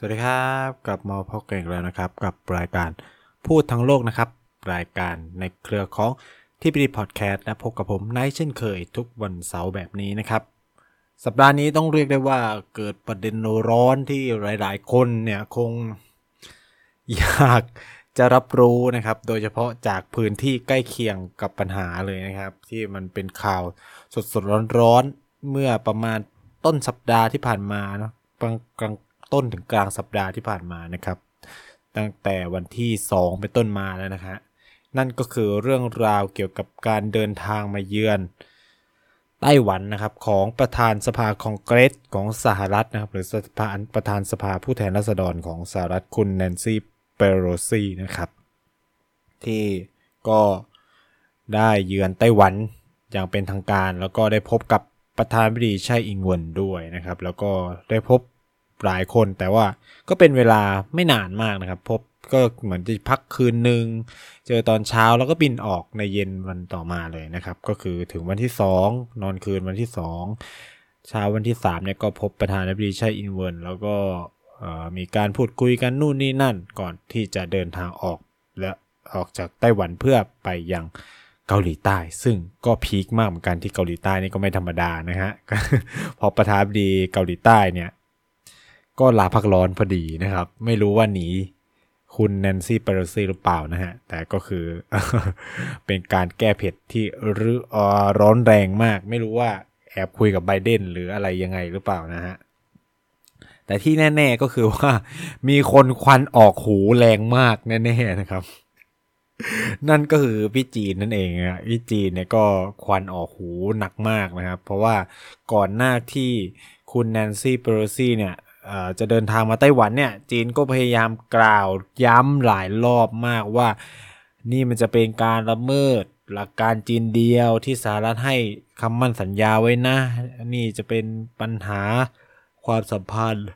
วัสดีครับกลับมาพบกันอีกแล้วนะครับกับรายการพูดทั้งโลกนะครับรายการในเครือของที่พีดีพอดแคสต์และพบกับผมไนท์เช่นเคยทุกวันเสาร์แบบนี้นะครับสัปดาห์นี้ต้องเรียกได้ว่าเกิดประเด็นร้อนที่หลายๆคนเนี่ยคงอยากจะรับรู้นะครับโดยเฉพาะจากพื้นที่ใกล้เคียงกับปัญหาเลยนะครับที่มันเป็นข่าวสดๆร้อนๆเมื่อประมาณต้นสัปดาห์ที่ผ่านมาเนาะกลางต้นถึงกลางสัปดาห์ที่ผ่านมานะครับตั้งแต่วันที่2เป็นต้นมาแล้วนะฮะนั่นก็คือเรื่องราวเกี่ยวกับการเดินทางมาเยือนไต้หวันนะครับของประธานสภาคองเกรสของสหรัฐนะครับหรือประธานสภาผู้แทนราษฎรของสหรัฐคุณแนนซี่เปโลซีนะครับที่ก็ได้เยือนไต้หวันอย่างเป็นทางการแล้วก็ได้พบกับประธานาธิบดีไช่อิงเหวินด้วยนะครับแล้วก็ได้พบหลายคนแต่ว่าก็เป็นเวลาไม่นานมากนะครับพบก็เหมือนจะพักคืนนึงเจอตอนเช้าแล้วก็บินออกในเย็นวันต่อมาเลยนะครับก็คือถึงวันที่2นอนคืนวันที่2เช้าวันที่3เนี่ยก็พบประธานาธิบดีไช่อิงเหวินแล้วก็มีการพูดคุยกันนู่นนี่นั่นก่อนที่จะเดินทางออกและออกจากไต้หวันเพื่อไปยังเกาหลีใต้ซึ่งก็พีคมากเหมือนกันที่เกาหลีใต้นี่ก็ไม่ธรรมดานะฮะ พอประธานาธิบดีเกาหลีใต้เนี่ยก็ลาพักร้อนพอดีนะครับไม่รู้ว่าหนีคุณแนนซี่เปโลซีหรือเปล่านะฮะแต่ก็คือ เป็นการแก้เผ็ดที่ร้อนแรงมากไม่รู้ว่าแอบคุยกับไบเดนหรืออะไรยังไงหรือเปล่านะฮะแต่ที่แน่ๆก็คือว่ามีคนควันออกหูแรงมากแน่ๆนะครับนั่นก็คือพี่จีนนั่นเองนะพี่จีนเนี่ยก็ควันออกหูหนักมากนะครับเพราะว่าก่อนหน้าที่คุณแนนซี่เปโลซีเนี่ยจะเดินทางมาไต้หวันเนี่ยจีนก็พยายามกล่าวย้ำหลายรอบมากว่านี่มันจะเป็นการละเมิดหลักการจีนเดียวที่สหรัฐให้คำมั่นสัญญาไว้นะนี่จะเป็นปัญหาความสัมพันธ์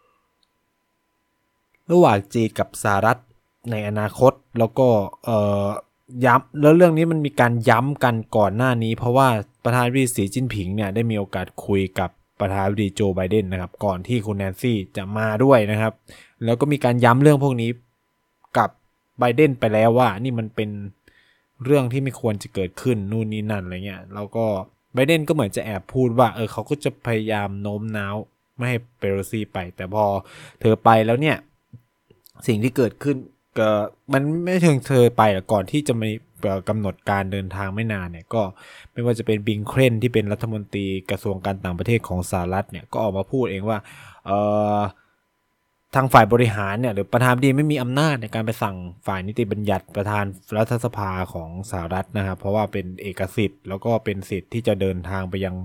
ระหว่างจีนกับสหรัฐในอนาคตแล้วก็ย้ำแล้วเรื่องนี้มันมีการย้ำกันก่อนหน้านี้เพราะว่าประธานาธิบดีสีจิ้นผิงเนี่ยได้มีโอกาสคุยกับประธานาธิบดีโจไบเดนนะครับก่อนที่คุณแนนซี่จะมาด้วยนะครับแล้วก็มีการย้ำเรื่องพวกนี้กับไบเดนไปแล้วว่านี่มันเป็นเรื่องที่ไม่ควรจะเกิดขึ้นนู่นนี่นั่นอะไรเงี้ยแล้วก็ไบเดนก็เหมือนจะแอบพูดว่าเขาก็จะพยายามโน้มน้าวไม่ให้เปโลซีไปแต่พอเธอไปแล้วเนี่ยสิ่งที่เกิดขึ้นก็มันไม่ถึงเธอไปก่อนที่จะมีกำหนดการเดินทางไม่นานเนี่ยก็ไม่ว่าจะเป็นบิงเครนที่เป็นรัฐมนตรีกระทรวงการต่างประเทศของสหรัฐเนี่ยก็ออกมาพูดเองว่าทางฝ่ายบริหารเนี่ยหรือประธานาธิบดีไม่มีอำนาจในการไปสั่งฝ่ายนิติบัญญัติประธานรัฐสภาของสหรัฐนะครับเพราะว่าเป็นเอกสิทธิ์แล้วก็เป็นสิทธิ์ที่จะเดินทางไปยัง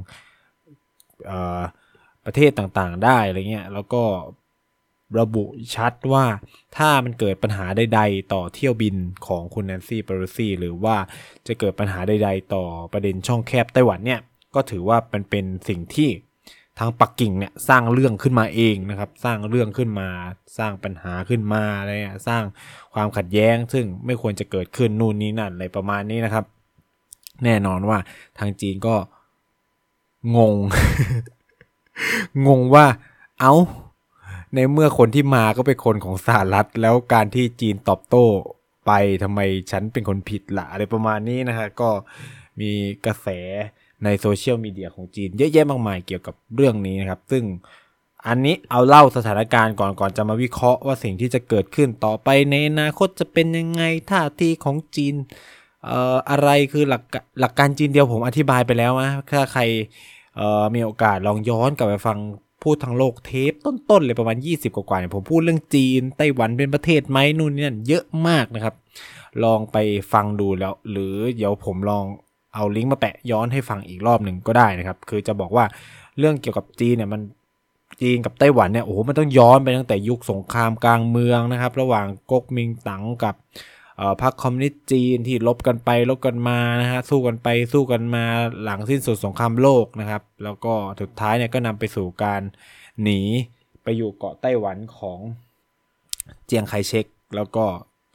ประเทศต่างๆได้อะไรเงี้ยแล้วก็ระบุชัดว่าถ้ามันเกิดปัญหาใดๆต่อเที่ยวบินของคุณแนนซี่เปโลซีหรือว่าจะเกิดปัญหาใดๆต่อประเด็นช่องแคบไต้หวันเนี่ยก็ถือว่าเป็นสิ่งที่ทางปักกิ่งเนี่ยสร้างเรื่องขึ้นมาเองนะครับสร้างเรื่องขึ้นมาสร้างปัญหาขึ้นมาอะไรเงี้ยสร้างความขัดแย้งซึ่งไม่ควรจะเกิดขึ้นนู่นนี่นั่นอะไรประมาณนี้นะครับแน่นอนว่าทางจีนก็งง งงว่าในเมื่อคนที่มาก็เป็นคนของสหรัฐแล้วการที่จีนตอบโต้ไปทำไมฉันเป็นคนผิดล่ะอะไรประมาณนี้นะฮะก็มีกระแสในโซเชียลมีเดียของจีนเยอะแยะมากมายเกี่ยวกับเรื่องนี้นะครับซึ่งอันนี้เอาเล่าสถานการณ์ก่อนจะมาวิเคราะห์ว่าสิ่งที่จะเกิดขึ้นต่อไปในอนาคตจะเป็นยังไงท่าทีของจีนอะไรคือหลักการจีนเดียวผมอธิบายไปแล้วนะถ้าใครมีโอกาสลองย้อนกลับไปฟังพูดทั้งโลกเทปต้นๆเลยประมาณ20กว่าเนี่ยผมพูดเรื่องจีนไต้หวันเป็นประเทศไหมนู่นนี่นั่นเยอะมากนะครับลองไปฟังดูแล้วหรือเดี๋ยวผมลองเอาลิงก์มาแปะย้อนให้ฟังอีกรอบหนึ่งก็ได้นะครับคือจะบอกว่าเรื่องเกี่ยวกับจีนเนี่ยมันจีนกับไต้หวันเนี่ยโอ้โหมันต้องย้อนไปตั้งแต่ยุคสงครามกลางเมืองนะครับระหว่างก๊กมินตั๋งกับพรรคคอมมิวนิสต์จีนที่ลบกันไปลบกันมานะฮะสู้กันไปสู้กันมาหลังสิ้นสุดสงครามโลกนะครับแล้วก็สุดท้ายเนี่ยก็นำไปสู่การหนีไปอยู่เกาะไต้หวันของเจียงไคเชกแล้วก็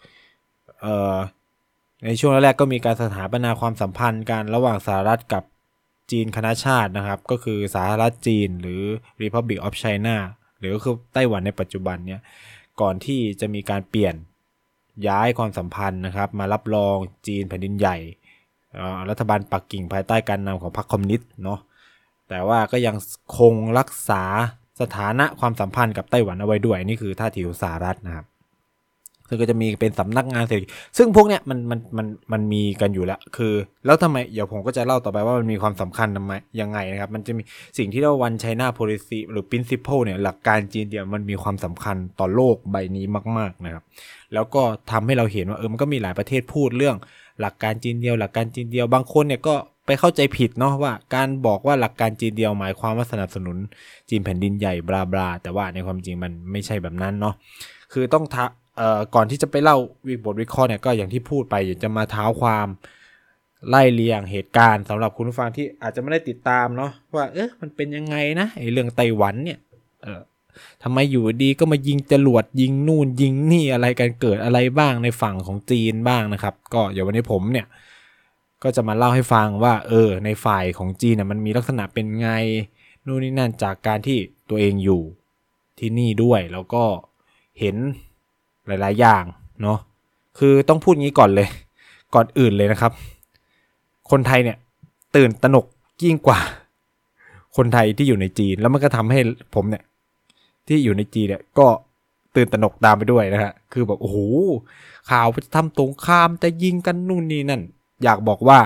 ในช่วงแรกๆก็มีการสถาปนาความสัมพันธ์กันระหว่างสหรัฐกับจีนคณะชาตินะครับก็คือสหรัฐจีนหรือ Republic of China รือก็คือไต้หวันในปัจจุบันเนี่ยก่อนที่จะมีการเปลี่ยนย้ายความสัมพันธ์นะครับมารับรองจีนแผ่นดินใหญ่รัฐบาลปักกิ่งภายใต้การนำของพรรคคอมมิวนิสต์เนาะแต่ว่าก็ยังคงรักษาสถานะความสัมพันธ์กับไต้หวันเอาไว้ด้วยนี่คือท่าทีของสหรัฐนะครับซึ่งก็จะมีเป็นสำนักงานเศรษฐกิจซึ่งพวกเนี้ยมันมีกันอยู่แล้วคือแล้วทำไมเดี๋ยวผมก็จะเล่าต่อไปว่ามันมีความสำคัญทำไมยังไงนะครับมันจะมีสิ่งที่เรียกว่า One China Policy หรือ Principle เนี่ยหลักการจีนเดียวมันมีความสำคัญต่อโลกใบนี้มากๆนะครับแล้วก็ทำให้เราเห็นว่ามันก็มีหลายประเทศพูดเรื่องหลักการจีนเดียวหลักการจีนเดียวบางคนเนี่ยก็ไปเข้าใจผิดเนาะว่าการบอกว่าหลักการจีนเดียวหมายความว่าสนับสนุนจีนแผ่นดินใหญ่บลาบลาแต่ว่าในความจริงมันไม่ใช่แบบนั้นเนาะคือต้องก่อนที่จะไปเล่าบทวิเคราะห์เนี่ยก็อย่างที่พูดไปจะมาเท้าความไล่เรียงเหตุการณ์สำหรับคุณผู้ฟังที่อาจจะไม่ได้ติดตามเนาะว่ามันเป็นยังไงนะไอ้เรื่องไต้หวันเนี่ยทำไมอยู่ดีก็มายิงจรวดยิงนู่นยิงนี่อะไรกันเกิดอะไรบ้างในฝั่งของจีนบ้างนะครับก็เดี๋ยววันนี้ผมเนี่ยก็จะมาเล่าให้ฟังว่าในฝ่ายของจีนน่ะมันมีลักษณะเป็นไงนู่นนี่นั่นจากการที่ตัวเองอยู่ที่นี่ด้วยแล้วก็เห็นหลายๆอย่างเนาะคือต้องพูดงี้ก่อนเลยก่อนอื่นเลยนะครับคนไทยเนี่ยตื่นตระหนกยิ่งกว่าคนไทยที่อยู่ในจีนแล้วมันก็ทำให้ผมเนี่ยที่อยู่ในจีนเนี่ยก็ตื่นตระหนกตามไปด้วยนะฮะคือแบบโอ้โหข่าวจะทำสงครามจะยิงกันนู่นนี่นั่นอยากบอกว่า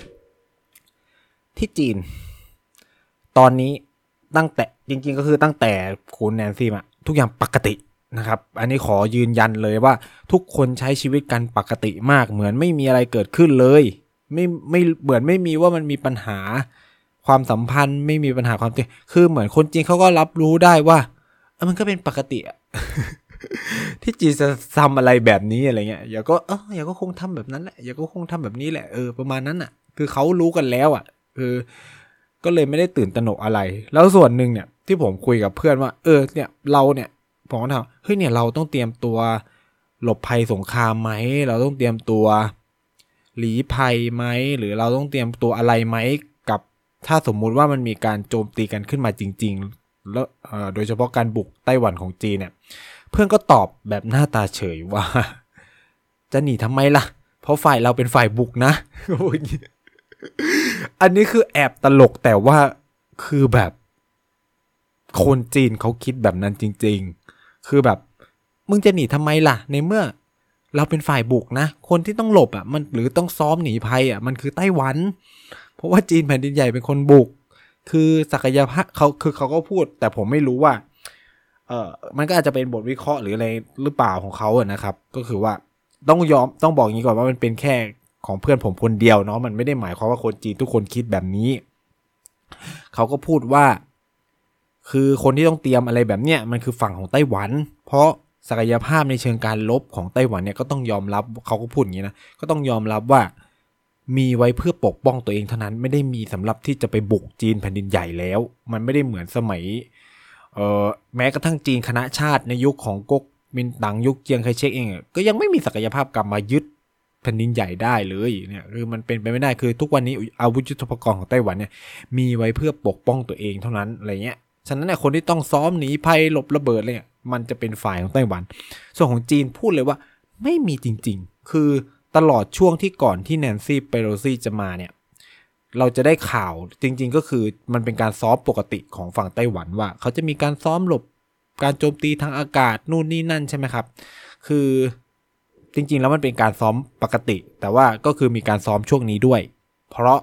ที่จีนตอนนี้ตั้งแต่จริงๆก็คือตั้งแต่คุณแนนซี่มาทุกอย่างปกตินะครับอันนี้ขอยืนยันเลยว่าทุกคนใช้ชีวิตกันปกติมากเหมือนไม่มีอะไรเกิดขึ้นเลยไม่เหมือนไม่มีว่ามันมีปัญหาความสัมพันธ์ไม่มีปัญหาความจริงคือเหมือนคนจีนเขาก็รับรู้ได้ว่ามันก็เป็นปกติอะ ที่จีนจะทำอะไรแบบนี้อะไรเงี้ยอย่าก็คงทำแบบนั้นแหละอย่าก็คงทำแบบนี้แหละประมาณนั้นอ่ะคือเขารู้กันแล้วอ่ะก็เลยไม่ได้ตื่นตระหนกอะไรแล้วส่วนหนึ่งเนี่ยที่ผมคุยกับเพื่อนว่าเนี่ยเราเนี่ยผมก็ถามเฮ้ยเนี่ยเราต้องเตรียมตัวหลบภัยสงครามไหมเราต้องเตรียมตัวหลีภัยไหมหรือเราต้องเตรียมตัวอะไรไหมกับถ้าสมมุติว่ามันมีการโจมตีกันขึ้นมาจริงๆแล้วโดยเฉพาะการบุกไต้หวันของจีนเนี่ยเพื่อนก็ตอบแบบหน้าตาเฉยว่าจะหนีทำไมล่ะเพราะฝ่ายเราเป็นฝ่ายบุกนะ อันนี้คือแอบตลกแต่ว่าคือแบบคนจีนเขาคิดแบบนั้นจริงๆคือแบบมึงจะหนีทำไมล่ะในเมื่อเราเป็นฝ่ายบุกนะคนที่ต้องหลบมันหรือต้องซ้อมหนีภัยมันคือไต้หวันเพราะว่าจีนแผ่นดินใหญ่เป็นคนบุกคือศักยภาพเขาก็พูดแต่ผมไม่รู้ว่ามันก็อาจจะเป็นบทวิเคราะห์หรืออะไรหรือเปล่าของเขานะครับก็คือว่าต้องบอกงี้ก่อนว่ามันเป็นแค่ของเพื่อนผมคนเดียวเนาะมันไม่ได้หมายความว่าคนจีนทุกคนคิดแบบนี้เขาก็พูดว่าคือคนที่ต้องเตรียมอะไรแบบเนี้ยมันคือฝั่งของไต้หวันเพราะศักยภาพในเชิงการลบของไต้หวันเนี่ยก็ต้องยอมรับเขาก็พูดอย่างนี้นะก็ต้องยอมรับว่ามีไว้เพื่อปกป้องตัวเองเท่านั้นไม่ได้มีสำหรับที่จะไปบุกจีนแผ่นดินใหญ่แล้วมันไม่ได้เหมือนสมัยแม้กระทั่งจีนคณะชาติในยุคของก๊กมินตั๋งยุคเจียงไคเชกเองก็ยังไม่มีศักยภาพกลับมายึดแผ่นดินใหญ่ได้เลยเนี่ยคือมันเป็นไปไม่ได้คือทุกวันนี้อาวุธยุทโธปกรณ์ของไต้หวันเนี่ยมีไว้เพื่อปกป้องตัวเองเท่านั้นอะไรเงี้ยฉะนั้นเนี่ยคนที่ต้องซ้อมหนีภัยหลบระเบิดอะไรเนี่ยมันจะเป็นฝ่ายของไต้หวันส่วนของจีนพูดเลยว่าไม่มีจริงๆคือตลอดช่วงที่ก่อนที่แนนซี่เปโลซี่จะมาเนี่ยเราจะได้ข่าวจริงๆก็คือมันเป็นการซ้อมปกติของฝั่งไต้หวันว่าเขาจะมีการซ้อมหลบการโจมตีทางอากาศนู่นนี่นั่นใช่ไหมครับคือจริงๆแล้วมันเป็นการซ้อมปกติแต่ว่าก็คือมีการซ้อมช่วงนี้ด้วยเพราะ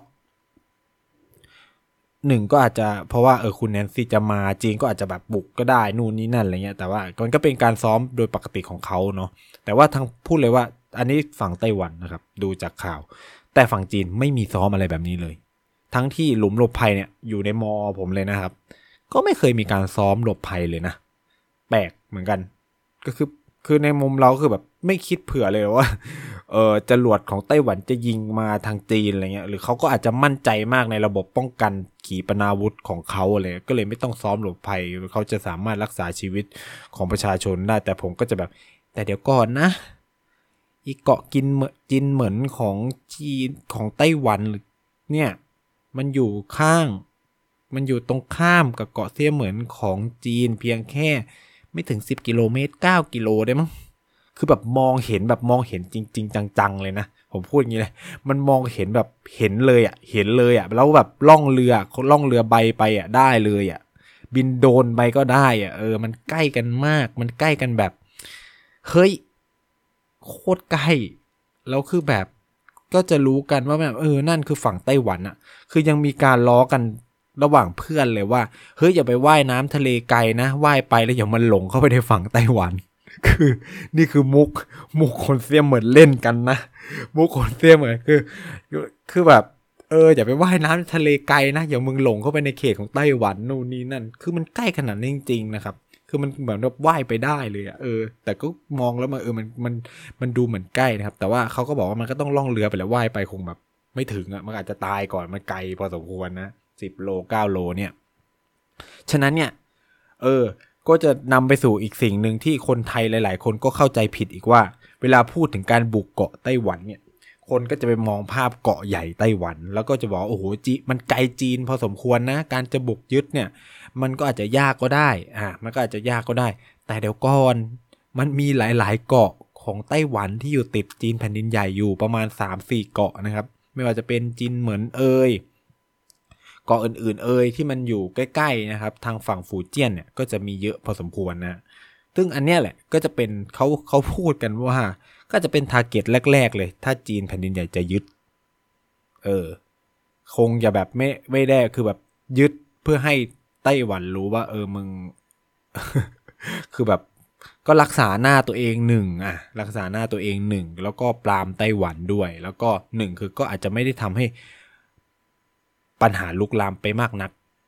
หนึ่งก็อาจจะเพราะว่าคุณแนนซี่จะมาจีนก็อาจจะแบบบุกก็ได้นู่นนี่นั่นอะไรเงี้ยแต่ว่ามันก็เป็นการซ้อมโดยปกติของเขาเนาะแต่ว่าทางพูดเลยว่าอันนี้ฝั่งไต้หวันนะครับดูจากข่าวแต่ฝั่งจีนไม่มีซ้อมอะไรแบบนี้เลยทั้งที่หลุมหลบภัยเนี่ยอยู่ในมอผมเลยนะครับก็ไม่เคยมีการซ้อมหลบภัยเลยนะแปลกเหมือนกันก็คือในมุมเราคือแบบไม่คิดเผื่อเลยว่าจรวดของไต้หวันจะยิงมาทางจีนอะไรเงี้ยหรือเขาก็อาจจะมั่นใจมากในระบบป้องกันขีปนาวุธของเขาอะไรก็เลยไม่ต้องซ้อมหลบภัยเขาจะสามารถรักษาชีวิตของประชาชนได้แต่ผมก็จะแบบแต่เดี๋ยวก่อนนะอีเกาะจินเหมือนของจีนของไต้หวันเนี่ยมันอยู่ข้างมันอยู่ตรงข้ามกับเกาะเซี่ยเหมินของจีนเพียงแค่ไม่ถึง10กิโลเมตร9กิโลได้มั้งคือแบบมองเห็นจริงๆจังๆเลยนะผมพูดอย่างนี้เลยมันมองเห็นแบบเห็นเลยอ่ะแล้วแบบล่องเรือใบไปอ่ะได้เลยอ่ะบินโดรนไปก็ได้อ่ะมันใกล้กันมากมันใกล้กันแบบเฮ้ยโคตรใกล้แล้วคือแบบก็จะรู้กันว่าแบบนั่นคือฝั่งไต้หวันอ่ะคือยังมีการล้อกันระหว่างเพื่อนเลยว่าเฮ้ยอย่าไปว่ายน้ำทะเลไกลนะว่ายไปแล้วอย่ามันหลงเข้าไปในฝั่งไต้หวันคือนี่คือมุกคนเสียเหมือนเล่นกันนะมุกคนเสียเหมือนคือแบบอย่าไปว่ายน้ำทะเลไกลนะอย่ามึงหลงเข้าไปในเขตของไต้หวันนู่นนี่นั่นคือมันใกล้ขนาดนี้จริงๆนะครับคือมันเหมือนแบบว่ายไปได้เลยอ่ะแต่ก็มองแล้วมันดูเหมือนใกล้นะครับแต่ว่าเขาก็บอกว่ามันก็ต้องล่องเรือไปแล้วว่ายไปคงแบบไม่ถึงอ่ะมันอาจจะตายก่อนมันไกลพอสมควรนะ10 โล 9 โลเนี่ยฉะนั้นเนี่ยก็จะนำไปสู่อีกสิ่งหนึ่งที่คนไทยหลายๆคนก็เข้าใจผิดอีกว่าเวลาพูดถึงการบุกเกาะไต้หวันเนี่ยคนก็จะไปมองภาพเกาะใหญ่ไต้หวันแล้วก็จะบอกโอ้โหมันไกลจีนพอสมควรนะการจะบุกยึดเนี่ยมันก็อาจจะยากก็ได้มันก็อาจจะยากก็ได้แต่เดี๋ยวก่อนมันมีหลายๆเกาะของไต้หวันที่อยู่ติดจีนแผ่นดินใหญ่อยู่ประมาณ 3-4 เกาะนะครับไม่ว่าจะเป็นจีนเหมินเกาะอื่นๆที่มันอยู่ใกล้ๆนะครับทางฝั่งฟูเจี้ยนเนี่ยก็จะมีเยอะพอสมควรนะซึ่งอันเนี้ยแหละก็จะเป็นเขาพูดกันว่าก็จะเป็นทาร์เก็ตแรกๆเลยถ้าจีนแผ่นดินใหญ่จะยึดคงจะแบบไม่ได้คือแบบยึดเพื่อให้ไต้หวันรู้ว่ามึง คือแบบก็รักษาหน้าตัวเองรักษาหน้าตัวเองแล้วก็ปรามไต้หวันด้วยแล้วก็คือก็อาจจะไม่ได้ทำให้ปัญหาลุกลามไปมากนัก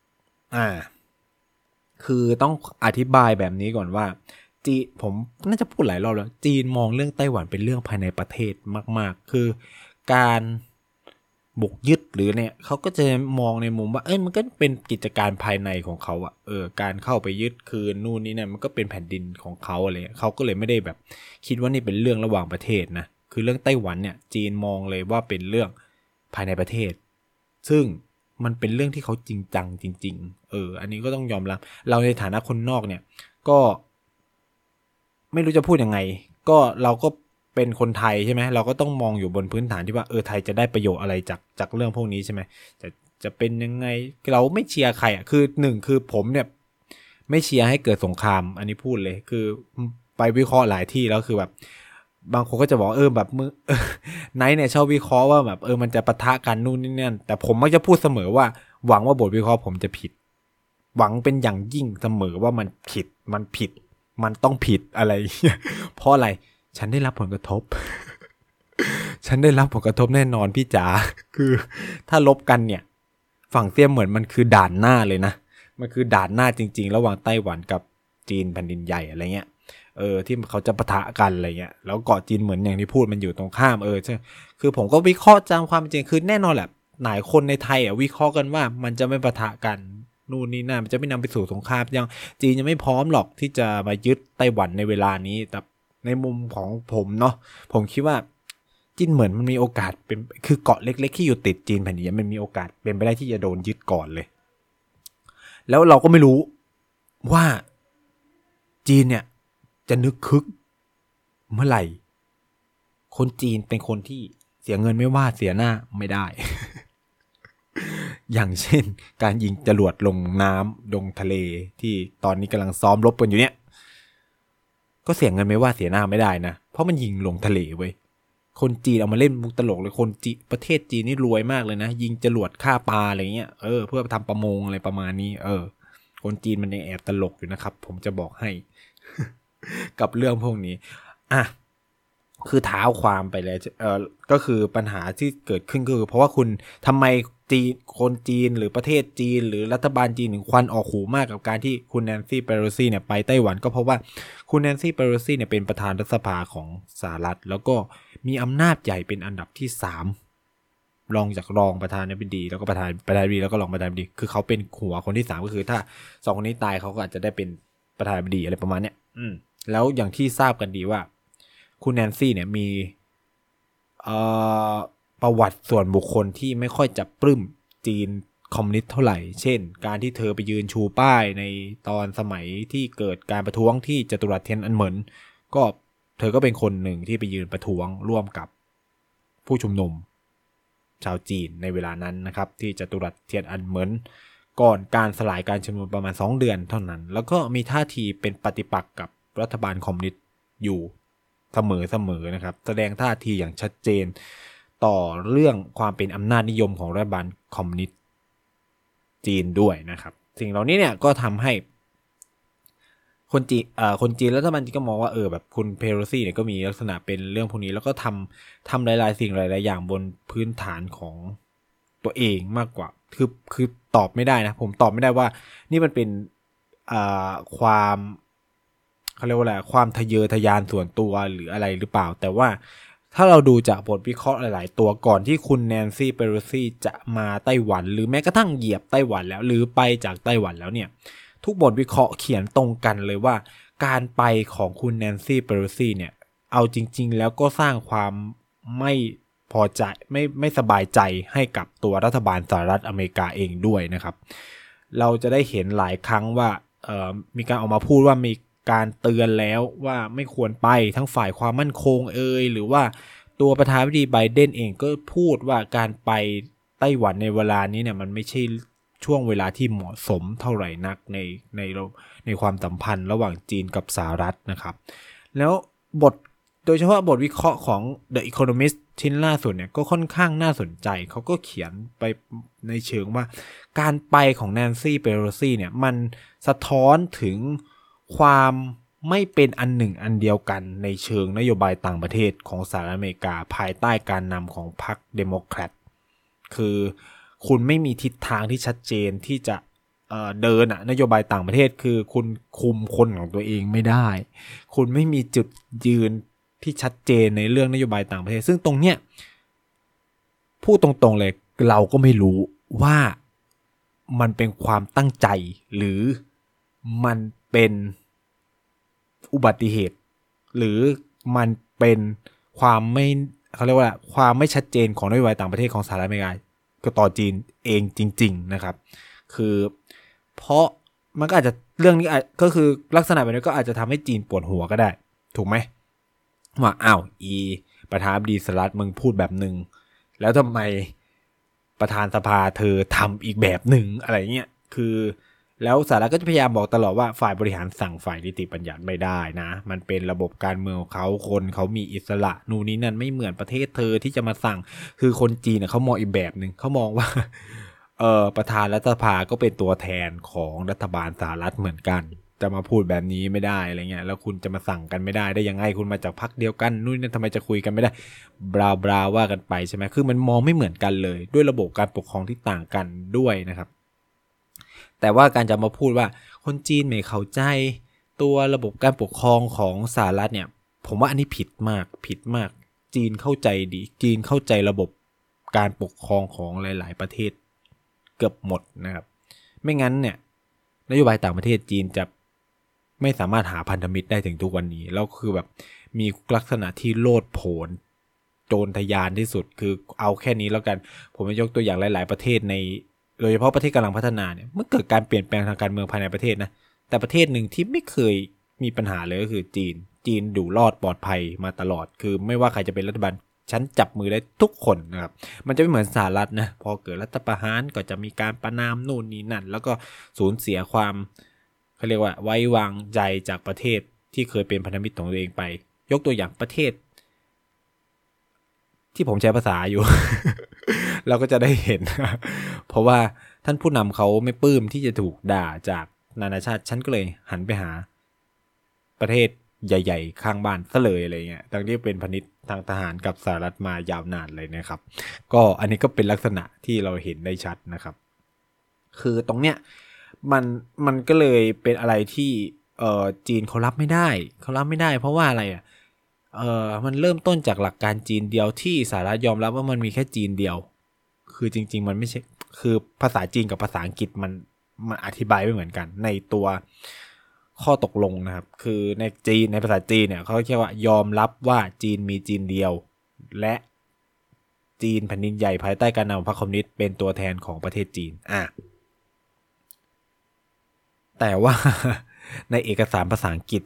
คือต้องอธิบายแบบนี้ก่อนว่าจีนผมน่าจะพูดหลายรอบแล้วจีนมองเรื่องไต้หวันเป็นเรื่องภายในประเทศมากๆคือการบุกยึดหรือเนี่ยเขาก็จะมองในมุมว่ามันก็เป็นกิจการภายในของเขาอ่ะการเข้าไปยึดคืนนู่นนี่เนี่ยมันก็เป็นแผ่นดินของเขาอะไรเขาก็เลยไม่ได้แบบคิดว่านี่เป็นเรื่องระหว่างประเทศนะคือเรื่องไต้หวันเนี่ยจีนมองเลยว่าเป็นเรื่องภายในประเทศซึ่งมันเป็นเรื่องที่เขาจริงจังจริงๆอันนี้ก็ต้องยอมรับเราในฐานะคนนอกเนี่ยก็ไม่รู้จะพูดยังไงก็เราก็เป็นคนไทยใช่ไหมเราก็ต้องมองอยู่บนพื้นฐานที่ว่าไทยจะได้ประโยชน์อะไรจากเรื่องพวกนี้ใช่ไหมจะเป็นยังไงเราไม่เชียร์ใครคือคือผมเนี่ยไม่เชียร์ให้เกิดสงครามอันนี้พูดเลยคือไปวิเคราะห์หลายที่แล้วคือแบบบางคนก็จะบอกแบบมึงไนท์เนี่ยชอบวิเคราะห์ว่าแบบมันจะปะทะกันนู่นนี่นั่นแต่ผมมักจะพูดเสมอว่าหวังว่าบทวิเคราะห์ผมจะผิดหวังเป็นอย่างยิ่งเสมอว่ามันผิดมันต้องผิดอะไรเพราะอะไรฉันได้รับผลกระทบ ฉันได้รับผลกระทบแน่นอนพี่จ๋าคือถ้าลบกันเนี่ยฝั่งเซี่ยเหมือนมันคือด่านหน้าเลยนะมันคือด่านหน้าจริงๆระหว่างไต้หวันกับจีนแผ่นดินใหญ่อะไรเงี้ยที่เขาจะปะทะกันอะไรเงี้ยแล้วเกาะจีนเหมือนอย่างที่พูดมันอยู่ตรงข้ามใช่คือผมก็วิเคราะห์ตามความจริงคือแน่นอนแหละหลายคนในไทยวิเคราะห์กันว่ามันจะไม่ปะทะกันนู่นนี่นั่นมันจะไม่นำไปสู่สงครามยังจีนยังไม่พร้อมหรอกที่จะมายึดไต้หวันในเวลานี้แต่ในมุมของผมเนาะผมคิดว่าจีนเหมือนมันมีโอกาสเป็นคือเกาะเล็กๆที่อยู่ติดจีนแผ่นดินมันมีโอกาสเป็นไปได้ที่จะโดนยึดก่อนเลยแล้วเราก็ไม่รู้ว่าจีนเนี่ยจะนึกคึกเมื่อไหร่คนจีนเป็นคนที่เสียเงินไม่ว่าเสียหน้าไม่ได้ อย่างเช่นการยิงจรวดลงน้ำลงทะเลที่ตอนนี้กำลังซ้อมรบกันอยู่เนี่ยก็เสียเงินไม่ว่าเสียหน้าไม่ได้นะเพราะมันยิงลงทะเลเว้ยคนจีนเอามาเล่นมุกตลกเลยคนจีนประเทศจีนนี่รวยมากเลยนะยิงจรวดฆ่าปลาอะไรเงี้ยเพื่อทำประมงอะไรประมาณนี้คนจีนมันยังแอบตลกอยู่นะครับผมจะบอกให้ กับเรื่องพวกนี้คือเท้าความไปเลยก็คือปัญหาที่เกิดขึ้นก็คือเพราะว่าคุณทำไมคนจีนหรือประเทศจีนหรือรัฐบาลจีนถึงควันออกหูมากกับการที่คุณแนนซี่เปโลซี่เนี่ยไปไต้หวันก็เพราะว่าคุณแนนซี่เปโลซี่เนี่ยเป็นประธานรัฐสภาของสหรัฐแล้วก็มีอำนาจใหญ่เป็นอันดับที่3รองจากรองประธานาธิบดีแล้วก็ประธานาธิบดีแล้วก็รองประธานาธิบดีคือเขาเป็นหัวคนที่3ก็คือถ้า2คนนี้ตายเขาก็อาจจะได้เป็นประธานาธิบดีอะไรประมาณเนี้ยแล้วอย่างที่ทราบกันดีว่าคุณแนนซี่เนี่ยมีประวัติส่วนบุคคลที่ไม่ค่อยจะปลื้มจีนคอมมิวนิสต์เท่าไหร่เช่นการที่เธอไปยืนชูป้ายในตอนสมัยที่เกิดการประท้วงที่จตุรัสเทียนอันเหมินก็เธอก็เป็นคนหนึ่งที่ไปยืนประท้วงร่วมกับผู้ชุมนุมชาวจีนในเวลานั้นนะครับที่จตุรัสเทียนอันเหมินก่อนการสลายการชุมนุมประมาณ2 เดือนเท่านั้นแล้วก็มีท่าทีเป็นปฏิปักษ์กับรัฐบาลคอมมิวนิสต์อยู่เสมอนะครับแสดงท่าทีอย่างชัดเจนต่อเรื่องความเป็นอำนาจนิยมของรัฐบาลคอมมิวนิสต์จีนด้วยนะครับสิ่งเหล่านี้เนี่ยก็ทำให้คนจีนรัฐบาลจีนก็มองว่าแบบคุณเพโลซี่เนี่ยก็มีลักษณะเป็นเรื่องพวกนี้แล้วก็ทำหลายๆสิ่งหลายๆอย่างบนพื้นฐานของตัวเองมากกว่าคือตอบไม่ได้นะผมตอบไม่ได้ว่านี่มันเป็นความเขาเรียกว่าอะไรความทะเยอทะยานส่วนตัวหรืออะไรหรือเปล่าแต่ว่าถ้าเราดูจากบทวิเคราะห์หลายๆตัวก่อนที่คุณแนนซี่เปโลซี่จะมาไต้หวันหรือแม้กระทั่งเหยียบไต้หวันแล้วหรือไปจากไต้หวันแล้วเนี่ยทุกบทวิเคราะห์เขียนตรงกันเลยว่าการไปของคุณแนนซี่เปโลซี่เนี่ยเอาจริงๆแล้วก็สร้างความไม่พอใจไม่สบายใจให้กับตัวรัฐบาลสหรัฐอเมริกาเองด้วยนะครับเราจะได้เห็นหลายครั้งว่ามีการออกมาพูดว่ามีการเตือนแล้วว่าไม่ควรไปทั้งฝ่ายความมั่นคงหรือว่าตัวประธานาธิบดีไบเดนเองก็พูดว่าการไปไต้หวันในเวลานี้เนี่ยมันไม่ใช่ช่วงเวลาที่เหมาะสมเท่าไหร่นักในความสัมพันธ์ระหว่างจีนกับสหรัฐนะครับแล้วโดยเฉพาะบทวิเคราะห์ของ The Economist ชิ้นล่าสุดเนี่ยก็ค่อนข้างน่าสนใจเขาก็เขียนไปในเชิงว่าการไปของแนนซี่เปโลซี่เนี่ยมันสะท้อนถึงความไม่เป็นอันหนึ่งอันเดียวกันในเชิงนโยบายต่างประเทศของสหรัฐอเมริกาภายใต้การนำของพรรคเดโมแครตคือคุณไม่มีทิศทางที่ชัดเจนที่จะเดินนโยบายต่างประเทศคือคุณคุมคนของตัวเองไม่ได้คุณไม่มีจุดยืนที่ชัดเจนในเรื่องนโยบายต่างประเทศซึ่งตรงเนี้ยพูดตรงๆเลยเราก็ไม่รู้ว่ามันเป็นความตั้งใจหรือมันเป็นอุบัติเหตุหรือมันเป็นความไม่เขาเรียกว่าความไม่ชัดเจนของนโยบายต่างประเทศของสหรัฐอเมริกาก็ต่อจีนเองจริงๆนะครับคือเพราะมันก็อาจจะเรื่องนี้ก็คือลักษณะแบบนี้ก็อาจจะทำให้จีนปวดหัวก็ได้ถูกไหมว่าประธานาธิบดีสหรัฐมึงพูดแบบนึงแล้วทำไมประธานสภาเธอทำอีกแบบนึงอะไรเงี้ยคือแล้วสหรัฐก็จะพยายามบอกตลอดว่าฝ่ายบริหารสั่งฝ่ายนิติบัญญัติไม่ได้นะมันเป็นระบบการเมืองของเขาคนเขามีอิสระนู่นนี่นั่นไม่เหมือนประเทศเธอที่จะมาสั่งคือคนจีนเขามองอีกแบบนึงเขามองว่าประธานรัฐสภาก็เป็นตัวแทนของรัฐบาลสหรัฐเหมือนกันจะมาพูดแบบนี้ไม่ได้อะไรเงี้ยแล้วคุณจะมาสั่งกันไม่ได้ยังไงคุณมาจากพรรคเดียวกันนู่นนี่ทำไมจะคุยกันไม่ได้บราว่ากันไปใช่ไหมคือมันมองไม่เหมือนกันเลยด้วยระบบการปกครองที่ต่างกันด้วยนะครับแต่ว่าการจะมาพูดว่าคนจีนไม่เข้าใจตัวระบบการปกครองของสหรัฐเนี่ยผมว่าอันนี้ผิดมากจีนเข้าใจดีจีนเข้าใจระบบการปกครองของหลายๆประเทศเกือบหมดนะครับไม่งั้นเนี่ยนโยบายต่างประเทศจีนจะไม่สามารถหาพันธมิตรได้ถึงทุกวันนี้แล้วคือแบบมีลักษณะที่โลดโผนโจรทะยานที่สุดคือเอาแค่นี้แล้วกันผมจะยกตัวอย่างหลายๆประเทศในโดยเฉพาะประเทศกำลังพัฒนาเนี่ยเมื่อเกิดการเปลี่ยนแปลงทางการเมืองภายในประเทศนะแต่ประเทศหนึ่งที่ไม่เคยมีปัญหาเลยก็คือจีนอยู่รอดปลอดภัยมาตลอดคือไม่ว่าใครจะเป็นรัฐบาลฉันจับมือได้ทุกคนนะครับมันจะไม่เหมือนสหรัฐนะพอเกิดรัฐประหารก็จะมีการประณามนู่นนี่นั่นแล้วก็สูญเสียความเขาเรียกว่าไว้วางใจจากประเทศที่เคยเป็นพันธมิตรของตัวเองไปยกตัวอย่างประเทศที่ผมใช้ภาษาอยู่ เราก็จะได้เห็น เพราะว่าท่านผู้นำเขาไม่ปลื้มที่จะถูกด่าจากนานาชาติฉันก็เลยหันไปหาประเทศใหญ่ๆข้างบ้านซะเลยอะไรเงี้ยทั้งที่เป็นพันธมิตรทางทหารกับสหรัฐมายาวนานเลยนะครับก็อันนี้ก็เป็นลักษณะที่เราเห็นได้ชัดนะครับคือตรงเนี้ยมันก็เลยเป็นอะไรที่จีนเขารับไม่ได้เพราะว่าอะไรมันเริ่มต้นจากหลักการจีนเดียวที่สหรัฐยอมรับว่ามันมีแค่จีนเดียวคือจริงๆมันไม่ใช่คือภาษาจีนกับภาษาอังกฤษมันอธิบายไม่เหมือนกันในตัวข้อตกลงนะครับคือในภาษาจีนเนี่ยเขาเรียกว่ายอมรับว่าจีนมีจีนเดียวและจีนแผ่นดินใหญ่ภายใต้การนำของพรรคคอมมิวนิสต์เป็นตัวแทนของประเทศจีนแต่ว่า ในเอกสารภาษาอังกฤษ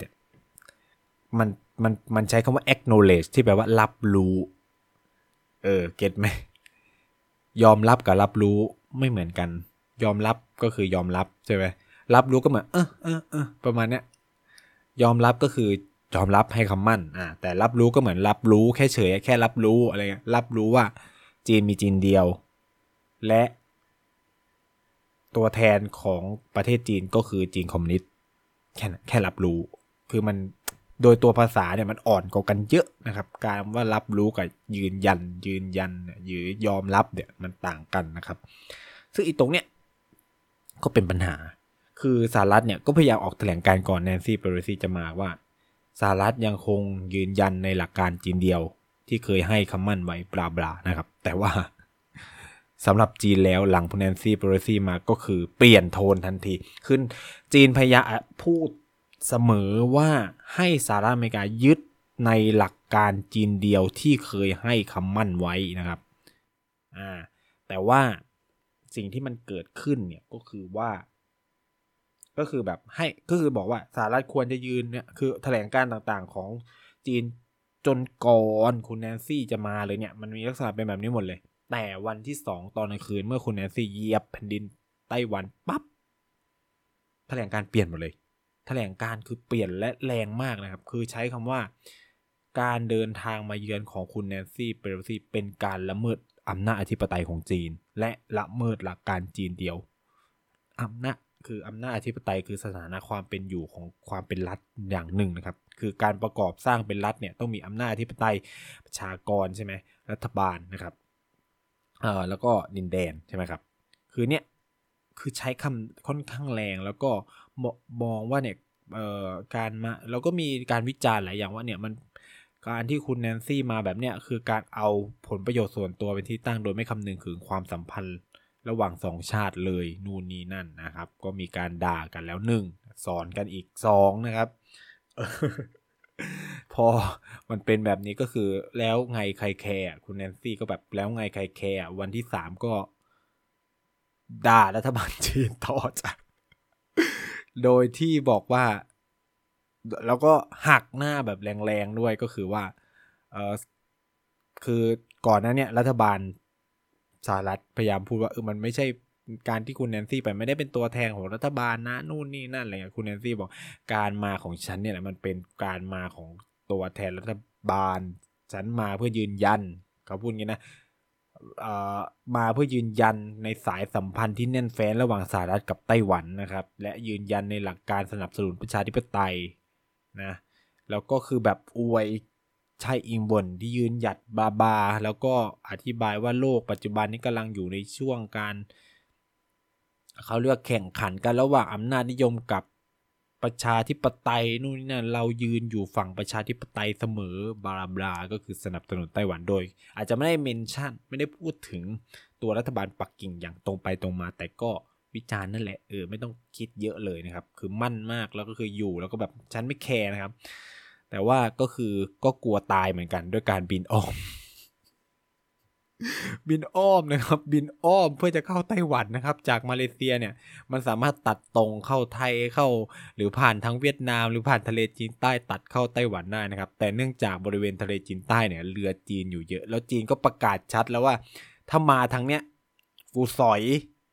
มันใช้คำว่า acknowledge ที่แปลว่ารับรู้เก็ตไหมยอมรับกับรับรู้ไม่เหมือนกันยอมรับก็คือยอมรับใช่ไหมรับรู้ก็เหมือนประมาณเนี้ยยอมรับก็คือยอมรับให้คำมั่นแต่รับรู้ก็เหมือนรับรู้แค่เฉยแค่รับรู้อะไรเงี้ยรับรู้ว่าจีนมีจีนเดียวและตัวแทนของประเทศจีนก็คือจีนคอมมิวนิสต์แค่รับรู้คือมันโดยตัวภาษาเนี่ยมันอ่อนกว่ากันเยอะนะครับการว่ารับรู้กับยืนยันหรือยอมรับเนี่ยมันต่างกันนะครับซึ่งอีตรงเนี้ยก็เป็นปัญหาคือสหรัฐเนี่ยก็พยายามออกแถลงการก่อนแนนซี่เปโลซีจะมาว่าสหรัฐยังคงยืนยันในหลักการจีนเดียวที่เคยให้คำมั่นไว้บลาบลานะครับแต่ว่าสำหรับจีนแล้วหลังแนนซี่เปโลซีมาก็คือเปลี่ยนโทนทันทีขึ้นจีนพยายามพูดเสมอว่าให้สหรัฐอเมริกายึดในหลักการจีนเดียวที่เคยให้คำมั่นไว้นะครับแต่ว่าสิ่งที่มันเกิดขึ้นเนี่ยก็คือแบบให้ก็คือบอกว่าสหรัฐควรจะยืนเนี่ยคือแถลงการต่างๆของจีนจนก่อนคุณแนนซี่จะมาเลยเนี่ยมันมีลักษณะเป็นแบบนี้หมดเลยแต่วันที่2ตอนกลางคืนเมื่อคุณแนนซี่เหยียบแผ่นดินไต้หวันปั๊บแถลงการเปลี่ยนหมดเลยแถลงการคือเปลี่ยนและแรงมากนะครับคือใช้คำว่าการเดินทางมาเยือนของคุณแนนซี่เปโลซีเป็นการละเมิดอำนาจอธิปไตยของจีนและละเมิดหลักการจีนเดียวอำนาจอธิปไตยคือสถานะความเป็นอยู่ของความเป็นรัฐอย่างหนึ่งนะครับคือการประกอบสร้างเป็นรัฐเนี่ยต้องมีอำนาจอธิปไตยประชากรใช่ไหมรัฐบาลนะครับแล้วก็ดินแดนใช่ไหมครับคือเนี่ยคือใช้คำค่อนข้างแรงแล้วก็มองว่าเนี่ยการมาแล้วก็มีการวิจารณ์หลายอย่างว่าเนี่ยมันการที่คุณแนนซี่มาแบบเนี้ยคือการเอาผลประโยชน์ส่วนตัวเป็นที่ตั้งโดยไม่คำนึงถึงความสัมพันธ์ระหว่างสองชาติเลยนู่นนี่นั่นนะครับก็มีการด่ากันแล้ว1สอนกันอีก2นะครับ พอมันเป็นแบบนี้ก็คือแล้วไงใครแคร์คุณแนนซี่ก็แบบแล้วไงใครแคร์วันที่3ก็ด่ารัฐบาลจีนต่อจากโดยที่บอกว่าแล้วก็หักหน้าแบบแรงๆด้วยก็คือว่าคือก่อนหน้านี้รัฐบาลสหรัฐพยายามพูดว่ามันไม่ใช่การที่คุณแนนซี่ไปไม่ได้เป็นตัวแทนของรัฐบาลนะนู่นนี่นั่นอะไรเงี้ยคุณแนนซี่บอกการมาของฉันเนี่ยมันเป็นการมาของตัวแทนรัฐบาลฉันมาเพื่อยืนยันเขาพูดงี้นะมาเพื่อยืนยันในสายสัมพันธ์ที่แน่นแฟ้นระหว่างสหรัฐกับไต้หวันนะครับและยืนยันในหลักการสนับสนุนประชาธิปไตยนะแล้วก็คือแบบอวยใช่อิงบ่นที่ยืนหยัดบาแล้วก็อธิบายว่าโลกปัจจุบันนี้กำลังอยู่ในช่วงการเขาเรียกแข่งขันกันระหว่างอำนาจนิยมกับประชาธิปไตยนู่นนี่นั่นเรายืนอยู่ฝั่งประชาธิปไตยเสมอบลาบลาก็คือสนับสนุนไต้หวันโดยอาจจะไม่ได้เมนชั่นไม่ได้พูดถึงตัวรัฐบาลปักกิ่งอย่างตรงไปตรงมาแต่ก็วิจารณ์นั่นแหละไม่ต้องคิดเยอะเลยนะครับคือมั่นมากแล้วก็คืออยู่แล้วก็แบบฉันไม่แคร์นะครับแต่ว่าก็คือก็กลัวตายเหมือนกันด้วยการบินอ้อม บินอ้อมนะครับบินอ้อมเพื่อจะเข้าไต้หวันนะครับจากมาเลเซียเนี่ยมันสามารถตัดตรงเข้าไทยเข้าหรือผ่านทั้งเวียดนามหรือผ่านทะเลจีนใต้ตัดเข้าไต้หวันได้นะครับแต่เนื่องจากบริเวณทะเลจีนใต้เนี่ยเรือจีนอยู่เยอะแล้วจีนก็ประกาศชัดแล้วว่าถ้ามาทางเนี้ยกูสอย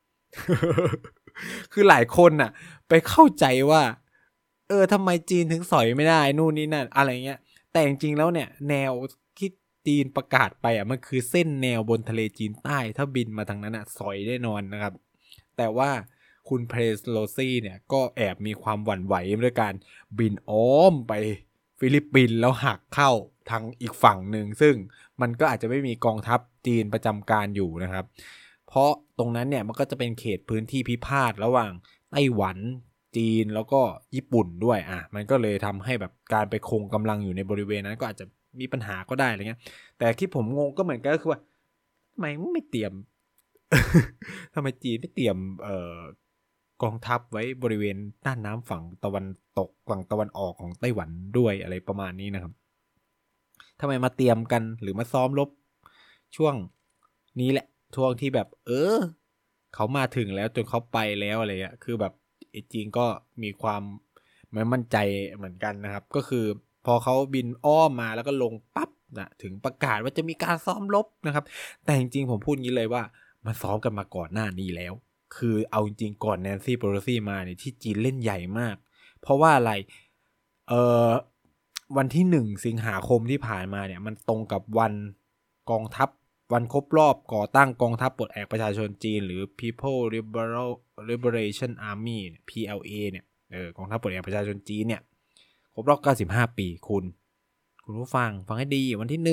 คือหลายคนน่ะไปเข้าใจว่าทำไมจีนถึงสอยไม่ได้นู่นนี่นั่นอะไรเงี้ยแต่จริงๆแล้วเนี่ยแนวที่จีนประกาศไปมันคือเส้นแนวบนทะเลจีนใต้ถ้าบินมาทางนั้นสอยแน่นอนนะครับแต่ว่าคุณเพรสโลซี่เนี่ยก็แอบมีความหวั่นไหวด้วยการบินอ้อมไปฟิลิปปินส์แล้วหักเข้าทางอีกฝั่งหนึ่งซึ่งมันก็อาจจะไม่มีกองทัพจีนประจำการอยู่นะครับเพราะตรงนั้นเนี่ยมันก็จะเป็นเขตพื้นที่พิพาทระหว่างไต้หวันจีนแล้วก็ญี่ปุ่นด้วยมันก็เลยทำให้แบบการไปคงกำลังอยู่ในบริเวณนั้นก็อาจจะมีปัญหาก็ได้อะไรเงี้ยแต่ที่ผมงงก็เหมือนกันก็คือว่าทำไมไม่เตรียม ทำไมจีนไม่เตรียมกองทัพไว้บริเวณด้านน้ำฝั่งตะวันตกฝั่งตะวันออกของไต้หวันด้วยอะไรประมาณนี้นะครับทำไมมาเตรียมกันหรือมาซ้อมรบช่วงนี้แหละช่วงที่แบบเขามาถึงแล้วจนเขาไปแล้วอะไรเงี้ยคือแบบจีนก็มีความไม่มั่นใจเหมือนกันนะครับก็คือพอเขาบินอ้อมมาแล้วก็ลงปั๊บนะถึงประกาศว่าจะมีการซ้อมรบนะครับแต่จริงๆผมพูดงี้เลยว่ามันซ้อมกันมาก่อนหน้านี้แล้วคือเอาจริงๆก่อนแนนซี่ เพโลซี่มาเนี่ยที่จีนเล่นใหญ่มากเพราะว่าอะไรเอ่อวันที่1 สิงหาคมที่ผ่านมาเนี่ยมันตรงกับวันกองทัพวันครบรอบก่อตั้งกองทัพปลดแอกประชาชนจีนหรือ People Liberation Army PLA เนี่ยกองทัพปลดแอกประชาชนจีนเนี่ยครบรอบ95 ปีคุณผู้ฟังให้ดีวันที่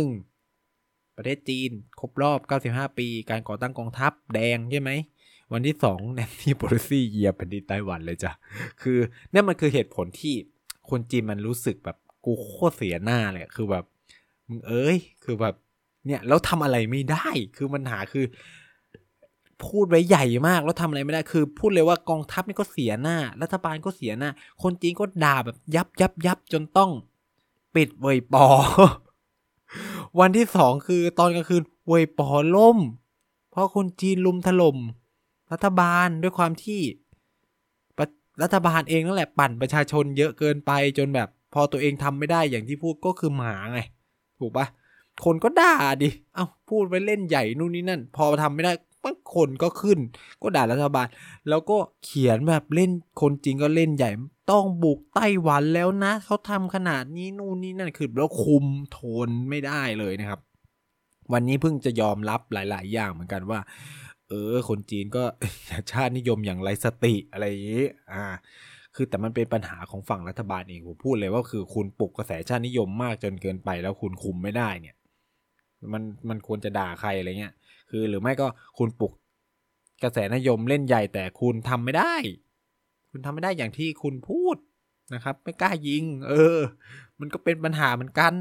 1ประเทศจีนครบรอบ95 ปีการก่อตั้งกองทัพแดงใช่ไหมวันที่2แนนซี่ เพโลซี่เหยียบแผ่นดินไต้หวันเลยจ้ะคือเนี่ยมันคือเหตุผลที่คนจีนมันรู้สึกแบบกูโคตรเสียหน้าเลยคือแบบมึงคือแบบเนี่ยแล้วทำอะไรไม่ได้คือปัญหาคือพูดไว้ใหญ่มากแล้วทำอะไรไม่ได้คือพูดเลยว่ากองทัพนี่ก็เสียหน้ารัฐบาลก็เสียหน้าคนจีนก็ด่าแบบยับจนต้องปิดเว่ยปอ วันที่2คือตอนกลางคืนเว่ยปอล่มเพราะคนจีนลุมถล่มรัฐบาลด้วยความที่รัฐบาลเองนั่นแหละปั่นประชาชนเยอะเกินไปจนแบบพอตัวเองทำไม่ได้อย่างที่พูดก็คือหมาไงถูกปะคนก็ด่าดิพูดไปเล่นใหญ่นู่นนี่นั่นพอทำไม่ได้คนก็ขึ้นก็ด่ารัฐบาลแล้วก็เขียนแบบเล่นคนจริงก็เล่นใหญ่ต้องบุกไต้หวันแล้วนะเขาทำขนาดนี้นู่นนี่นั่นคือแล้วคุมโทนไม่ได้เลยนะครับวันนี้เพิ่งจะยอมรับหลายๆอย่างเหมือนกันว่าคนจีนก็ชาตินิยมอย่างไรสติอะไรอย่างนี้คือแต่มันเป็นปัญหาของฝั่งรัฐบาลเองผมพูดเลยว่าคือคุณปลุกกระแสชาตินิยมมากจนเกินไปแล้วคุณคุมไม่ได้เนี่ยมันควรจะด่าใครอะไรเงี้ยคือหรือไม่ก็คุณปลุกกระแสนิยมเล่นใหญ่แต่คุณทำไม่ได้อย่างที่คุณพูดนะครับไม่กล้ายิงมันก็เป็นปัญหาเหมือนกัน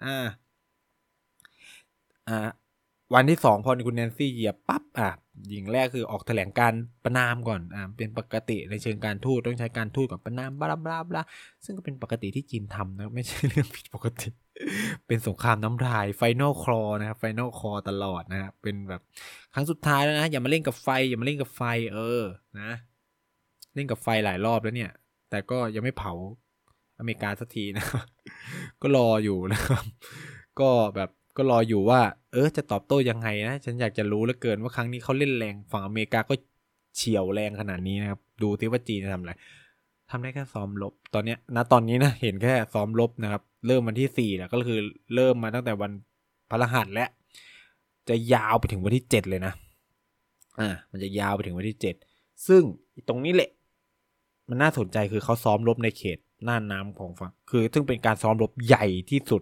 วันที่2พอคุณแนนซี่เหยียบปั๊บอย่างแรกคือออกแถลงการประนามก่อนเป็นปกติในเชิงการทูตต้องใช้การทูตก่อนประนามบลาบลาบลาซึ่งก็เป็นปกติที่จีนทำนะไม่ใช่เรื่องผิดปกติ เป็นสงครามน้ำลายไฟนอลคลอนะครับไฟนอลคลอตลอดนะครับเป็นแบบครั้งสุดท้ายแล้วนะอย่ามาเล่นกับไฟนะเล่นกับไฟหลายรอบแล้วเนี่ยแต่ก็ยังไม่เผาอเมริกาสักทีนะ ก็รออยู่นะครับก็รออยู่ว่าจะตอบโต้ยังไงนะฉันอยากจะรู้เหลือเกินว่าครั้งนี้เขาเล่นแรงฝั่งอเมริกาก็เฉี่ยวแรงขนาดนี้นะครับดูที่ว่าจีนจะทำอะไรทำได้แค่ซ้อมรบตอนนี้นะเห็นแค่ซ้อมรบนะครับเริ่มวันที่4แล้วก็คือเริ่มมาตั้งแต่วันพฤหัสและจะยาวไปถึงวันที่7เลยนะมันจะยาวไปถึงวันที่7ซึ่งตรงนี้แหละมันน่าสนใจคือเขาซ้อมรบในเขตน่านน้ำของฝั่งคือซึ่งเป็นการซ้อมรบใหญ่ที่สุด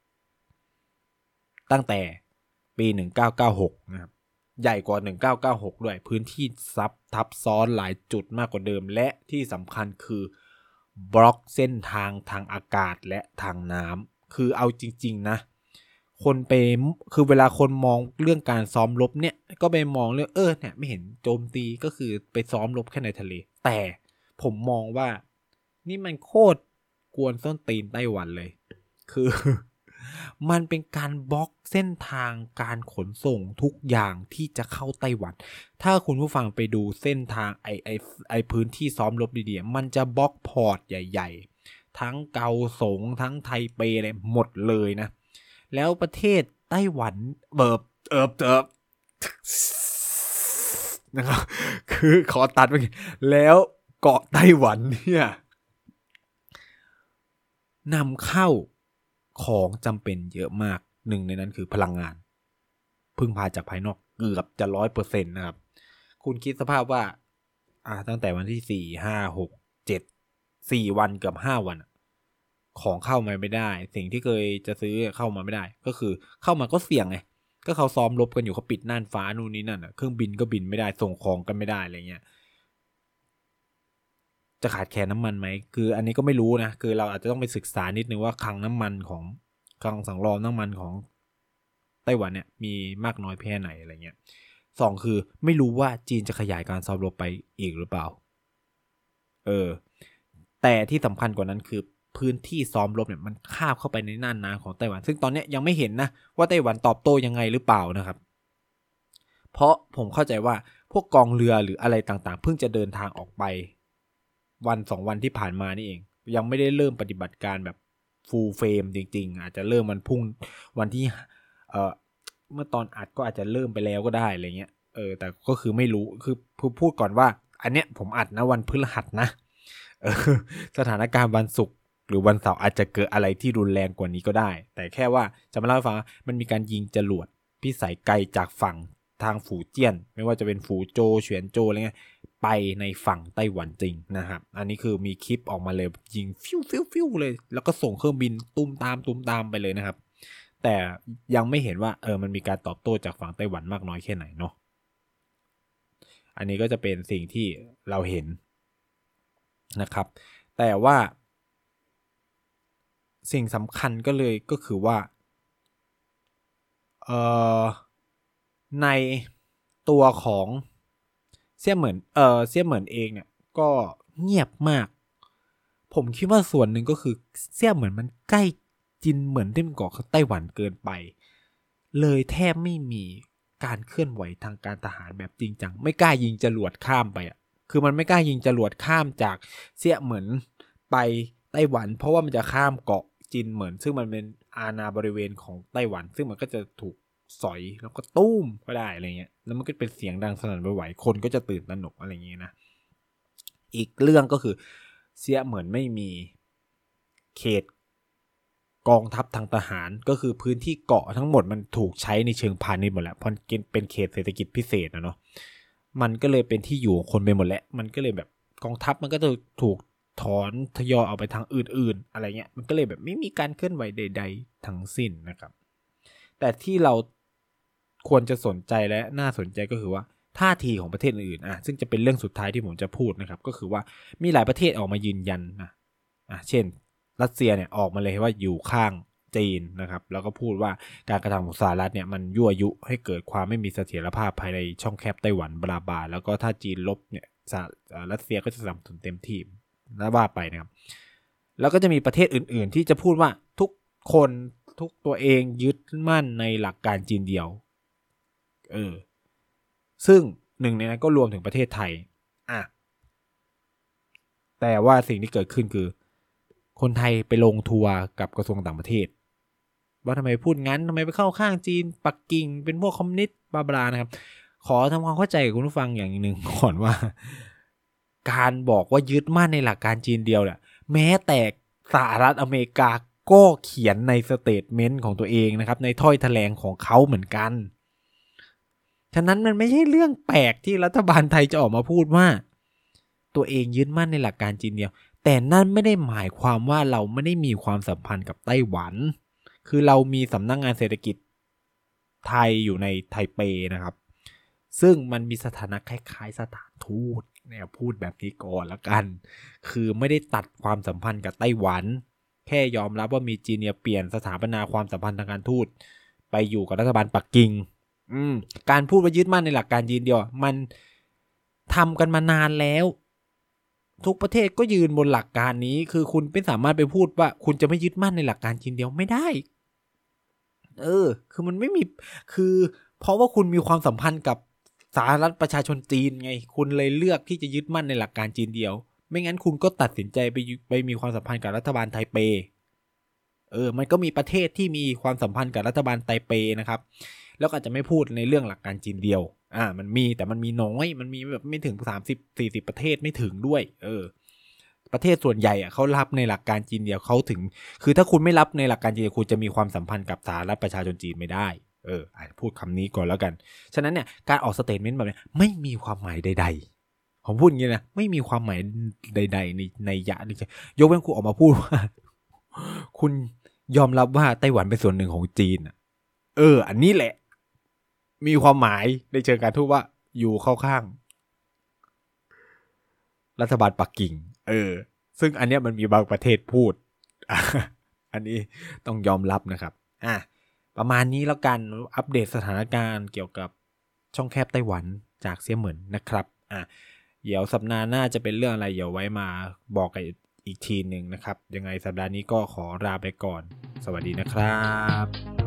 ตั้งแต่ปี1996นะครับใหญ่กว่า1996ด้วยพื้นที่ทับซ้อนหลายจุดมากกว่าเดิมและที่สำคัญคือบล็อกเส้นทางทางอากาศและทางน้ำคือเอาจริงๆนะคนไปคือเวลาคนมองเรื่องการซ้อมรบเนี่ยก็ไปมองเรื่องเนี่ยไม่เห็นโจมตีก็คือไปซ้อมรบแค่ในทะเลแต่ผมมองว่านี่มันโคตรกวนส้นตีนไต้หวันเลยคือมันเป็นการบล็อกเส้นทางการขนส่งทุกอย่างที่จะเข้าไต้หวันถ้าคุณผู้ฟังไปดูเส้นทางไอพื้นที่ซ้อมรบดีๆมันจะบล็อกพอร์ตใหญ่ๆทั้งเกาสงทั้งไทเปอะไรหมดเลยนะแล้วประเทศไต้หวันเบิบนะครับคือขอตัดไปแล้วเกาะไต้หวันเนี่ยนำเข้าของจำเป็นเยอะมากหนึ่งในนั้นคือพลังงานพึ่งพาจากภายนอกเกือบจะ 100% นะครับคุณคิดสภาพว่าตั้งแต่วันที่4 5 6 7 4วันเกือบ5วันของเข้ามาไม่ได้สิ่งที่เคยจะซื้อเข้ามาไม่ได้ก็คือเข้ามาก็เสี่ยงไงก็เขาซ้อมรบกันอยู่เขาปิดน่านฟ้านู่นนี่นั่นเครื่องบินก็บินไม่ได้ส่งของกันไม่ได้อะไรเงี้ยจะขาดแคลนน้ำมันไหมคืออันนี้ก็ไม่รู้นะคือเราอาจจะต้องไปศึกษานิดนึงว่าคลังน้ำมันของคลังสำรองน้ำมันของไต้หวันเนี่ยมีมากน้อยแค่ไหนอะไรเงี้ย2คือไม่รู้ว่าจีนจะขยายการซ้อมรบไปอีกหรือเปล่าแต่ที่สำคัญกว่านั้นคือพื้นที่ซ้อมรบเนี่ยมันคาบเข้าไปในน่านน้ำของไต้หวันซึ่งตอนนี้ยังไม่เห็นนะว่าไต้หวันตอบโต้ยังไงหรือเปล่านะครับเพราะผมเข้าใจว่าพวกกองเรือหรืออะไรต่างๆเพิ่งจะเดินทางออกไปวัน2 วันที่ผ่านมานี่เองยังไม่ได้เริ่มปฏิบัติการแบบฟูลเฟรมจริงๆอาจจะเริ่มวันที่เมื่อตอนอัดก็อาจจะเริ่มไปแล้วก็ได้อะไรเงี้ยแต่ก็คือไม่รู้คือพูดก่อนว่าอันเนี้ยผมอัดนะวันพฤหัสนะสถานการณ์วันศุกร์หรือวันเสาร์อาจจะเกิดอะไรที่รุนแรงกว่านี้ก็ได้แต่แค่ว่าจะมาเล่าให้ฟังมันมีการยิงจรวดพิสัยไกลจากฝั่งทางฝูเจี้ยนไม่ว่าจะเป็นฝูโจวเฉียนโจวอะไรเงี้ยไปในฝั่งไต้หวันจริงนะครับอันนี้คือมีคลิปออกมาเลยยิงฟิวเลยแล้วก็ส่งเครื่องบินตุ้มตามไปเลยนะครับแต่ยังไม่เห็นว่ามันมีการตอบโต้จากฝั่งไต้หวันมากน้อยแค่ไหนเนาะอันนี้ก็จะเป็นสิ่งที่เราเห็นนะครับแต่ว่าสิ่งสำคัญก็คือว่าในตัวของเสี่ยเหมินเองเนี่ยก็เงียบมากผมคิดว่าส่วนหนึ่งก็คือเสี่ยเหมินมันใกล้จีนเหมือนที่มันเกาะไต้หวันเกินไปเลยแทบไม่มีการเคลื่อนไหวทางการทหารแบบจริงจังไม่กล้ายิงจรวดข้ามไปอ่ะคือมันไม่กล้ายิงจรวดข้ามจากเสี่ยเหมินไปไต้หวันเพราะว่ามันจะข้ามเกาะจีนเหมินซึ่งมันเป็นอาณาบริเวณของไต้หวันซึ่งมันก็จะถูกสอยแล้วก็ตุ้มก็ได้อะไรเงี้ยแล้วมันก็เป็นเสียงดังสนั่นไหวคนก็จะตื่นตระหนกอะไรเงี้ยนะอีกเรื่องก็คือเสี่ยเหมินไม่มีเขตกองทัพทางทหารก็คือพื้นที่เกาะทั้งหมดมันถูกใช้ในเชิงพาณิชย์หมดแล้วเพราะเป็นเขตเศรษฐกิจพิเศษนะเนาะมันก็เลยเป็นที่อยู่ของคนไปหมดแล้วมันก็เลยแบบกองทัพมันก็จะถูกถอนทยอยเอาไปทางอื่นๆอะไรเงี้ยมันก็เลยแบบไม่มีการเคลื่อนไหวใดๆทั้งสิ้นนะครับแต่ที่เราควรจะสนใจและน่าสนใจก็คือว่าท่าทีของประเทศอื่นๆซึ่งจะเป็นเรื่องสุดท้ายที่ผมจะพูดนะครับก็คือว่ามีหลายประเทศออกมายืนยันนะเช่นรัสเซียเนี่ยออกมาเลยว่าอยู่ข้างจีนนะครับแล้วก็พูดว่าการกระทำของสหรัฐเนี่ยมันยั่วยุให้เกิดความไม่มีเสถียรภาพภายในช่องแคบไต้หวันบลาบาแล้วก็ถ้าจีนลบเนี่ยรัสเซียก็จะสนับสนุนเต็มที่แล้วว่าไปนะครับแล้วก็จะมีประเทศอื่นๆที่จะพูดว่าทุกคนทุกตัวเองยึดมั่นในหลักการจีนเดียวซึ่งหนึ่งในนั้นก็รวมถึงประเทศไทยแต่ว่าสิ่งที่เกิดขึ้นคือคนไทยไปลงทัวร์กับกระทรวงต่างประเทศว่าทำไมพูดงั้นทำไมไปเข้าข้างจีนปักกิ่งเป็นพวกคอมมิวนิสต์บลาๆนะครับขอทำความเข้าใจกับคุณผู้ฟังอย่างหนึ่งก่อนว่าการบอกว่ายึดมั่นในหลักการจีนเดียวเนี่ยแม้แต่สหรัฐอเมริกาก็เขียนในสเตทเมนต์ของตัวเองนะครับในถ้อยแถลงของเขาเหมือนกันฉะนั้นมันไม่ใช่เรื่องแปลกที่รัฐบาลไทยจะออกมาพูดว่าตัวเองยึดมั่นในหลักการจีนเดียวแต่นั่นไม่ได้หมายความว่าเราไม่ได้มีความสัมพันธ์กับไต้หวันคือเรามีสำนักงานเศรษฐกิจไทยอยู่ในไทเปนะครับซึ่งมันมีสถานะคล้ายๆสถานทูตเนี่ยพูดแบบนี้ก่อนละกันคือไม่ได้ตัดความสัมพันธ์กับไต้หวันแค่ยอมรับว่ามีจีนเนี่ยเปลี่ยนสถาปนาความสัมพันธ์ทางการทูตไปอยู่กับรัฐบาลปักกิ่งการพูดว่ายึดมั่นในหลักการจีนเดียวมันทำกันมานานแล้วทุกประเทศก็ยืนบนหลักการนี้คือคุณไม่สามารถไปพูดว่าคุณจะไม่ยึดมั่นในหลักการจีนเดียวไม่ได้คือมันไม่มีคือเพราะว่าคุณมีความสัมพันธ์กับสาธารณรัฐประชาชนจีนไงคุณเลยเลือกที่จะยึดมั่นในหลักการจีนเดียวไม่งั้นคุณก็ตัดสินใจไปมีความสัมพันธ์กับรัฐบาลไทเปมันก็มีประเทศที่มีความสัมพันธ์กับรัฐบาลไทเปนะครับแล้วก็อาจจะไม่พูดในเรื่องหลักการจีนเดียวมันมีแต่มันมีน้อยมันมีแบบไม่ถึง30-40ประเทศไม่ถึงด้วยประเทศส่วนใหญ่เขารับในหลักการจีนเดียวเขาถึงคือถ้าคุณไม่รับในหลักการจีนคุณจะมีความสัมพันธ์กับสาธารณรัฐประชาชนจีนไม่ได้พูดคำนี้ก่อนแล้วกันฉะนั้นเนี่ยการออกสเตทเมนต์แบบนี้ไม่มีความหมายใดๆผมพูดอย่างนี้นะไม่มีความหมายใดๆในยะนี่ยกเว้นคุณออกมาพูดว่าคุณยอมรับว่าไต้หวันเป็นส่วนหนึ่งของจีนอันนี้แหละมีความหมายในเชิงการทูตว่าอยู่เข้าข้างรัฐบาลปักกิ่งซึ่งอันเนี้ยมันมีบางประเทศพูด อันนี้ต้องยอมรับนะครับประมาณนี้แล้วกันอัปเดตสถานการณ์เกี่ยวกับช่องแคบไต้หวันจากเสี่ยเหมินนะครับเดี๋ยวสัปดาห์หน้าจะเป็นเรื่องอะไรเดี๋ยวไว้มาบอกกันอีกทีนึงนะครับยังไงสัปดาห์นี้ก็ขอลาไปก่อนสวัสดีนะครับ